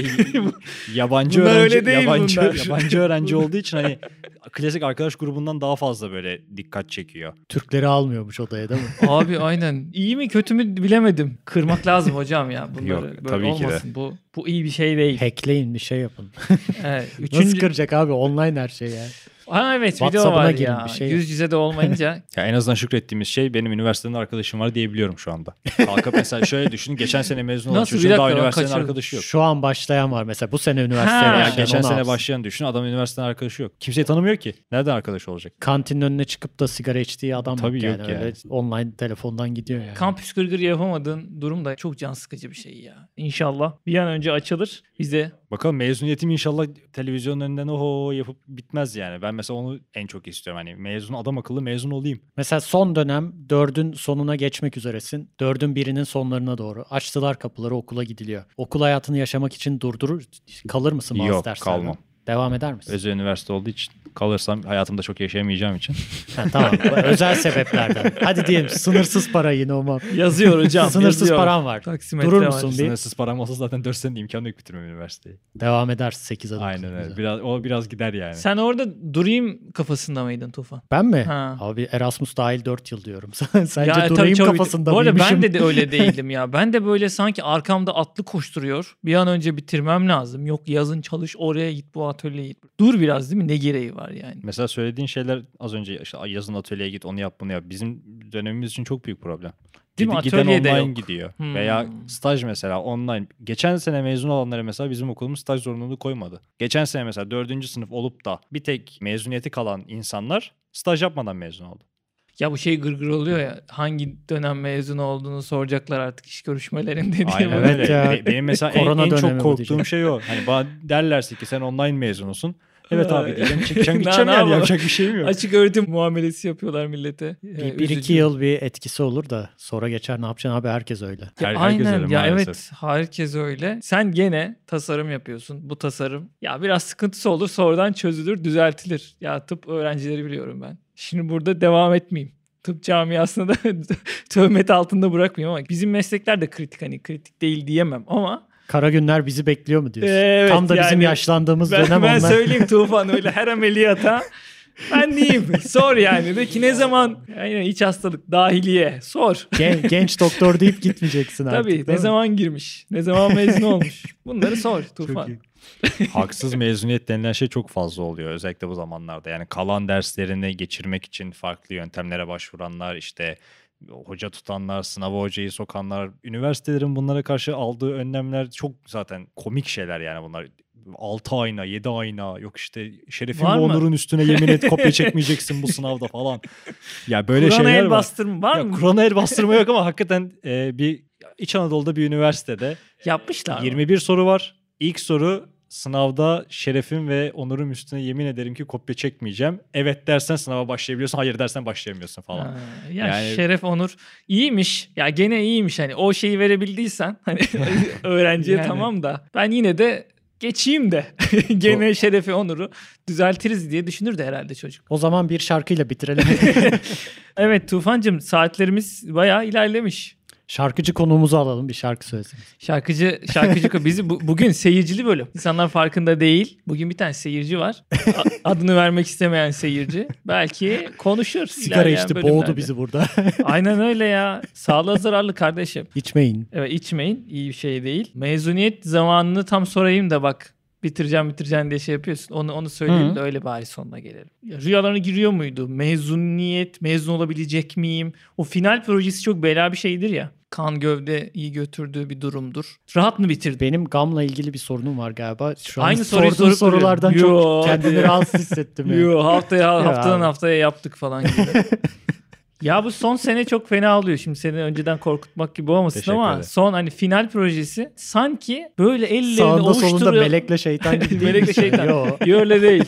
yabancı Bunlar öğrenci öyle değil yabancı bunlar. yabancı öğrenci olduğu için hani klasik arkadaş grubundan daha fazla böyle dikkat çekiyor. Türkleri almıyormuş odaya değil mi? Abi aynen. İyi mi kötü mü bilemedim. Kırmak lazım hocam ya. Bunları Yok, böyle tabii ki de. olmasın. Bu bu iyi bir şey değil. Hackleyin bir şey yapın. Evet, Nasıl üçüncü... kıracak abi? Online her şey ya. Ha evet video WhatsApp'ına var girin, ya. bir şey Yüz yüze de olmayınca. Ya en azından şükrettiğimiz şey benim üniversiteden arkadaşım var diyebiliyorum şu anda. Kalkıp mesela şöyle düşün. Geçen sene mezun olan Nasıl? çocuğun Bir daha dakika, üniversiteden kaçırdım. arkadaşı yok. Şu an başlayan var mesela. Bu sene üniversiteye Ha. Ya başlayan. geçen onu sene alsın. başlayan düşün. Adamın üniversiteden arkadaşı yok. Kimseyi tanımıyor ki. Nereden arkadaş olacak? Kantinin önüne çıkıp da sigara içtiği adam Tabii yok yok yani. yani. Öyle online telefondan gidiyor yani. Kampüs gırgır yapamadığın durum da çok can sıkıcı bir şey ya. İnşallah bir an önce açılır bize. Bakalım mezuniyetim inşallah televizyonun önünden oho yapıp bitmez yani. Ben mesela onu en çok istiyorum. Hani mezun adam akıllı mezun olayım. Mesela son dönem dördün sonuna geçmek üzeresin. Dördün birinin sonlarına doğru. Açtılar kapıları, okula gidiliyor. Okul hayatını yaşamak için durdurur. Kalır mısın bazı Yok, derslerden? kalmam. Devam eder misin? Özel üniversite olduğu için kalırsam hayatımda çok yaşayamayacağım için. Ha, tamam. Özel sebeplerden. Hadi diyelim sınırsız para yine o muhabbet. Yazıyor hocam. Sınırsız yazıyor. param var. Taksimetre Durur var. musun bir? Sınırsız param olsa zaten dört senede imkanı yok bitirmem üniversiteyi. Devam edersin sekize dokuz. Aynen öyle. Biraz, o biraz gider yani. Sen orada durayım kafasında mıydın Tufan? Ben mi? Ha. Abi Erasmus dahil dört yıl diyorum. Sence Ya, tabii durayım çok- kafasında Bu arada mıymışım? ben de, de öyle değildim ya. Ben de böyle sanki arkamda atlı koşturuyor. Bir an önce bitirmem lazım. Yok yazın çalış oraya git bu atölyeye git. Dur biraz değil mi? Ne gereği var yani? Mesela söylediğin şeyler az önce işte yazın atölyeye git onu yap bunu yap. Bizim dönemimiz için çok büyük problem. Değil mi? Gidi- Giden Atölyede online yok. gidiyor. Hmm. Veya staj mesela online. Geçen sene mezun olanlara mesela bizim okulumuz staj zorunluluğu koymadı. Geçen sene mesela dördüncü sınıf olup da bir tek mezuniyeti kalan insanlar staj yapmadan mezun oldu. Ya bu şey gırgır oluyor ya. Hangi dönem mezun olduğunu soracaklar artık iş görüşmelerinde diye. Aynen Evet öyle. ya. Be- Benim mesela en, Korona en dönemi çok bu korktuğum diyeceğim. şey o. Hani bana derlerse ki sen online mezunusun. Evet abi diyeceğim. Çekeceğim Ne- gideceğim ne yani yapalım? yapacak bir şeyim yok. Açık öğretim muamelesi yapıyorlar millete. Ee, Bir, bir iki üzücü. yıl bir etkisi olur da sonra geçer ne yapacaksın abi herkes öyle. Ya Her- herkes aynen öyle ya maalesef. evet herkes öyle. Sen gene tasarım yapıyorsun. Bu tasarım ya biraz sıkıntısı olur sonradan çözülür düzeltilir. Ya tıp öğrencileri biliyorum ben. Şimdi burada devam etmeyeyim. Tıp camiasını da töhmet altında bırakmayayım ama bizim meslekler de kritik hani kritik değil diyemem ama Kara günler bizi bekliyor mu diyorsun? Evet, Tam da bizim yani yaşlandığımız ben, dönem ben onlar. söyleyeyim Tufan öyle her ameliyata ben diyeyim sor yani de ki ne zaman yani iç hastalık dahiliye sor. Gen- genç doktor deyip gitmeyeceksin artık. Tabii değil ne mi? zaman girmiş ne zaman mezun olmuş bunları sor Tufan. iyi. Haksız mezuniyet denilen şey çok fazla oluyor özellikle bu zamanlarda. Yani kalan derslerini geçirmek için farklı yöntemlere başvuranlar, işte hoca tutanlar, sınava hocayı sokanlar, üniversitelerin bunlara karşı aldığı önlemler çok zaten komik şeyler yani bunlar. altı ayna, yedi ayna, yok işte şerefin Var ve mı? onurun üstüne yemin et kopya çekmeyeceksin bu sınavda falan. Ya böyle Kur'an'a şeyler el var. bastırma var Ya mı? Kur'an'a el bastırma yok ama hakikaten e, bir İç Anadolu'da bir üniversitede Yapmışlar mı? yirmi bir soru var. İlk soru sınavda şerefim ve onurum üstüne yemin ederim ki kopya çekmeyeceğim. Evet dersen sınava başlayabiliyorsun. Hayır dersen başlayamıyorsun falan. Ha, ya Yani- şeref onur iyiymiş. Ya gene iyiymiş hani o şeyi verebildiysen hani öğrenciye Yani. tamam da ben yine de geçeyim de gene şerefi onuru düzeltiriz diye düşünürdü herhalde çocuk. O zaman bir şarkıyla bitirelim. Evet Tufancığım saatlerimiz bayağı ilerlemiş. Şarkıcı konuğumuzu alalım, bir şarkı söylesin. Şarkıcı şarkıcı bizi bu, bugün seyircili bölüm. İnsanlar farkında değil. Bugün bir tane seyirci var. A- adını vermek istemeyen seyirci. Belki konuşur. Sigara ilerleyen içti, bölümlerde. boğdu bizi burada. Aynen öyle ya. Sağlığa zararlı kardeşim. İçmeyin. Evet, içmeyin. İyi bir şey değil. Mezuniyet zamanını tam sorayım da bak. Bitireceğim bitireceğim diye şey yapıyorsun. Onu onu söyleyeyim Hı. de öyle bari sonuna gelelim. Ya, rüyalarına giriyor muydu? Mezuniyet, mezun olabilecek miyim? O final projesi çok bela bir şeydir ya. Kan gövde iyi götürdüğü bir durumdur. Rahat mı bitirdin? Benim gamla ilgili bir sorunum var galiba. Şu an Aynı soruyu sorduğun sorup sorulardan duruyorum. çok Yo, kendimi hadi. rahatsız hissettim. ya. Yo, haftaya Ya haftadan abi. haftaya yaptık falan gibi. Ya bu son sene çok fena oluyor. Şimdi seni önceden korkutmak gibi olmasın Teşekkür ama ederim. son hani final projesi sanki böyle ellerini Sağında solunda ovuşturuyor. melekle şeytan gibi değil Melekle misin? şeytan. Yo. Yo, öyle değil.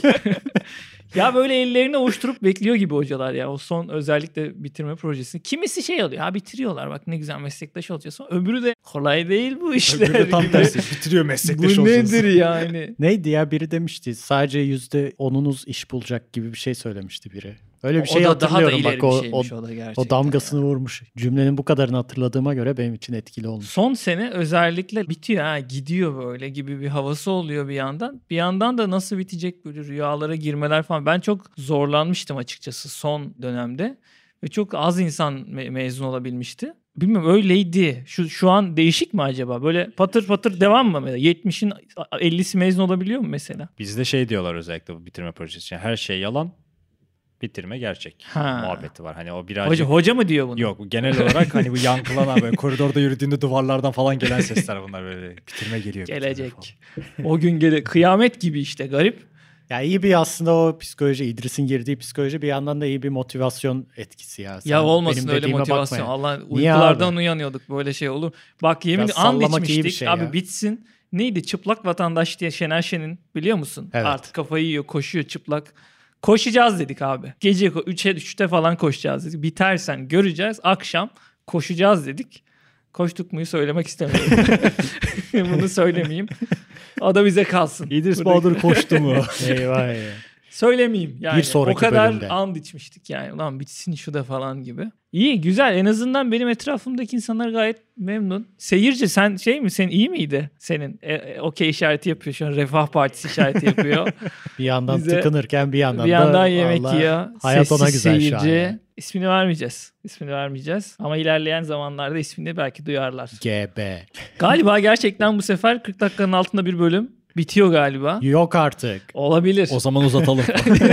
Ya böyle ellerini ovuşturup bekliyor gibi hocalar ya. O son özellikle bitirme projesini. Kimisi şey oluyor. Ha bitiriyorlar bak ne güzel meslektaş olacaksın. Öbürü de kolay değil bu işler Öbürü de tam gibi. tersi. Bitiriyor meslektaş Bu olacaksın. nedir yani? Neydi ya, biri demişti sadece yüzde onunuz iş bulacak gibi bir şey söylemişti biri. Öyle bir O şey da daha da hatırlıyorum ileri bak, o, bir o, şeymiş o da gerçekten. o damgasını vurmuş. Cümlenin bu kadarını hatırladığıma göre benim için etkili olmuş. Son sene özellikle bitiyor ha gidiyor böyle gibi bir havası oluyor bir yandan. Bir yandan da nasıl bitecek böyle rüyalara girmeler falan. Ben çok zorlanmıştım açıkçası son dönemde. Ve çok az insan me- mezun olabilmişti. Bilmiyorum öyleydi. Şu şu an değişik mi acaba? Böyle patır patır devam mı? yetmişin ellisi mezun olabiliyor mu mesela? Bizde şey diyorlar özellikle bu bitirme projesi için. Her şey yalan, bitirme gerçek. Ha. Muhabbeti var. Hani o birazcık... Hoca, hoca mı diyor bunu? Yok genel olarak hani bu yankılanan böyle koridorda yürüdüğünde duvarlardan falan gelen sesler bunlar böyle. Bitirme geliyor. bitirme Gelecek. O gün gele kıyamet gibi işte garip. Ya iyi bir aslında o psikoloji, İdris'in girdiği psikoloji bir yandan da iyi bir motivasyon etkisi ya. Sen Ya olmasın benim öyle dediğime motivasyon. bakma ya. Allah Niye uykulardan abi? uyanıyorduk böyle şey olur. Bak yemin Biraz and sallamak iyi bir içmiştik. şey Abi ya. bitsin. Neydi? Çıplak Vatandaş diye Şener Şen'in biliyor musun? Evet. Artık kafayı yiyor, koşuyor çıplak. Koşacağız dedik abi. Gece üçe üçte falan koşacağız dedik. Bitersen göreceğiz. Akşam koşacağız dedik. Koştuk muyu söylemek istemiyorum. Bunu söylemeyeyim. O da bize kalsın. İdris Buradaki- Bahadır koştu mu? Eyvah ya. Söylemeyeyim yani. Bir sonraki o kadar bölümde. and içmiştik yani. Ulan bitsin şu da falan gibi. İyi güzel. En azından benim etrafımdaki insanlar gayet memnun. Seyirci sen şey mi? Senin iyi miydi? Senin e, e, okey işareti yapıyor şu an. Refah Partisi işareti yapıyor. Bir yandan Bize- tıkınırken bir yandan bir da yandan yemek vallahi yiyor. hayat ona Sessiz güzel şu an seyirci. ya. İsmini vermeyeceğiz. İsmini vermeyeceğiz. Ama ilerleyen zamanlarda ismini belki duyarlar. G B. Galiba gerçekten bu sefer kırk dakikanın altında bir bölüm bitiyor galiba. Yok artık. Olabilir. O zaman uzatalım.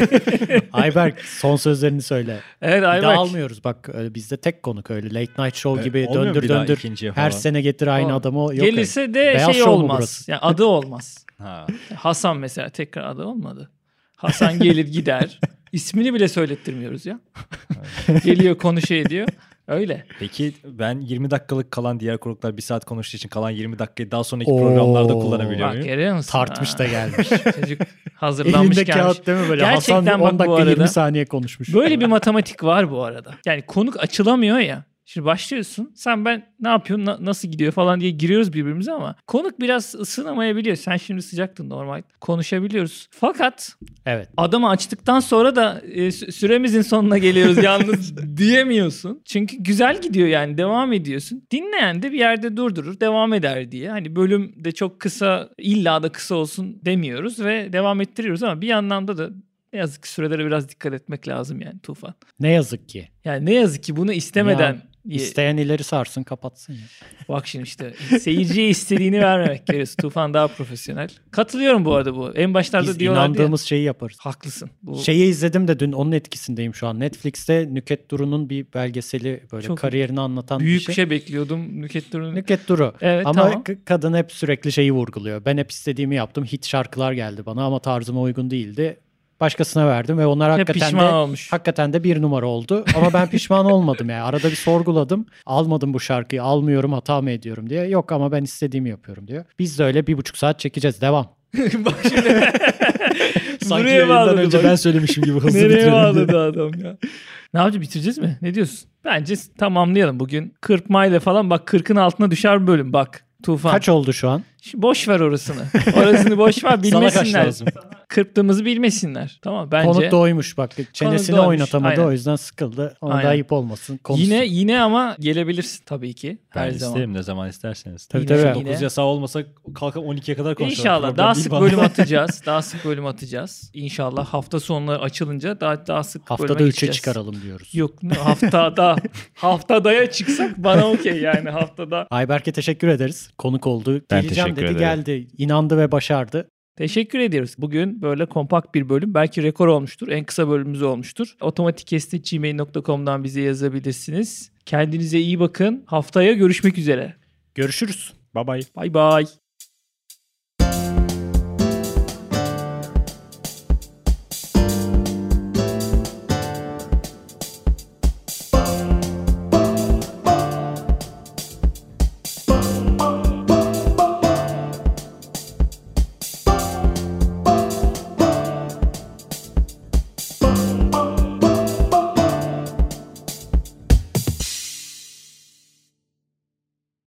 Ayberk son sözlerini söyle. Evet Bir daha Ayberk. almıyoruz bak, öyle bizde tek konuk öyle late night show Evet, gibi olmuyor döndür bir daha döndür ikinciye her falan. sene getir aynı O- adamı, yok. Gelirse öyle. de Beyaz şey Show mu olmaz. burası? Yani adı olmaz. ha. Hasan mesela tekrar adı olmadı. Hasan gelir gider. İsmini bile söylettirmiyoruz ya. Geliyor konuşuyor ediyor. Öyle. Peki ben yirmi dakikalık kalan diğer konuklar bir saat konuştuğu için kalan yirmi dakikayı daha sonraki Oo. programlarda kullanabiliyor Bak muyum? görüyor musun? Tartmış Ha. da gelmiş. Çocuk Elinde hazırlanmış gelmiş. kağıt değil mi böyle? Gerçekten Hasan bak on bu dakika arada- yirmi saniye konuşmuş. Böyle bir matematik var bu arada. Yani konuk açılamıyor ya. Şimdi başlıyorsun. Sen ben ne yapıyorsun? na- nasıl gidiyor falan diye giriyoruz birbirimize ama konuk biraz ısınamayabiliyor. Sen şimdi sıcaktın normal. Konuşabiliyoruz. Fakat Evet. adamı açtıktan sonra da e, sü- süremizin sonuna geliyoruz yalnız diyemiyorsun. Çünkü güzel gidiyor yani devam ediyorsun. Dinleyen de bir yerde durdurur devam eder diye. Hani bölüm de çok kısa illa da kısa olsun demiyoruz ve devam ettiriyoruz ama bir yandan da da ne yazık ki sürelere biraz dikkat etmek lazım yani Tufan. Ne yazık ki. Yani ne yazık ki bunu istemeden Ya, İsteyen ileri sarsın kapatsın ya. bak şimdi işte seyirciye istediğini vermemek gerekiyor. Tufan daha profesyonel. Katılıyorum bu arada bu. En başlarda Biz diyorlardı ya. inandığımız şeyi yaparız. Haklısın. Bu Şeyi izledim de dün onun etkisindeyim şu an. Netflix'te Nüket Duru'nun bir belgeseli böyle Çok kariyerini anlatan büyük bir bir şey. şey bekliyordum. Nükhet Duru'nun. Nüket Duru. Evet, ama tamam. k- kadın hep sürekli şeyi vurguluyor. Ben hep istediğimi yaptım. Hit şarkılar geldi bana ama tarzıma uygun değildi. Başkasına verdim ve onlar Hep hakikaten pişman de olmuş. hakikaten de bir numara oldu. Ama ben pişman olmadım yani. Arada bir sorguladım. Almadım bu şarkıyı. Almıyorum, hata mı ediyorum diye. Yok ama ben istediğimi yapıyorum diyor. Biz de öyle bir buçuk saat çekeceğiz. Devam. Bak şimdi. Sanki Buraya yayından bağladı önce bak. ben söylemişim gibi hızlı Nereye bitirelim diye. bağladı adam ya? Ne yapacağız bitireceğiz mi? Ne diyorsun? Bence tamamlayalım bugün. kırpmayla falan bak kırkın altına düşer bir bölüm bak. Tufan. Kaç oldu şu an? Şimdi boş ver orasını. Orasını boş ver Sana kaç bilmesinler. lazım? kırptığımızı bilmesinler. Tamam bence. Konuk doymuş bak. Çenesini doymuş, oynatamadı aynen. o yüzden sıkıldı. Ona Aynen. da ayıp olmasın. Konuşsun. Yine yine ama gelebilirsin tabii ki. Ben Her zaman. isterim ne zaman isterseniz. Tabii Yine- tabii. yine- dokuz yasağı olmasa kalkıp on ikiye kadar konuşalım. İnşallah Problem daha değil sık bana. bölüm atacağız. Daha sık bölüm atacağız. İnşallah hafta sonları açılınca daha daha sık Haftada bölüme üçe geçeceğiz. çıkaralım diyoruz. Yok ne- haftada haftadaya çıksak bana okey yani haftada. Ayberk'e teşekkür ederiz. Konuk oldu. Ben Geleceğim teşekkür dedi ederim. geldi. İnandı ve başardı. Teşekkür ediyoruz. Bugün böyle kompakt bir bölüm. Belki rekor olmuştur. En kısa bölümümüz olmuştur. otomatikcast at gmail nokta com'dan bize yazabilirsiniz. Kendinize iyi bakın. Haftaya görüşmek üzere. Görüşürüz. Bye bye. Bay bay.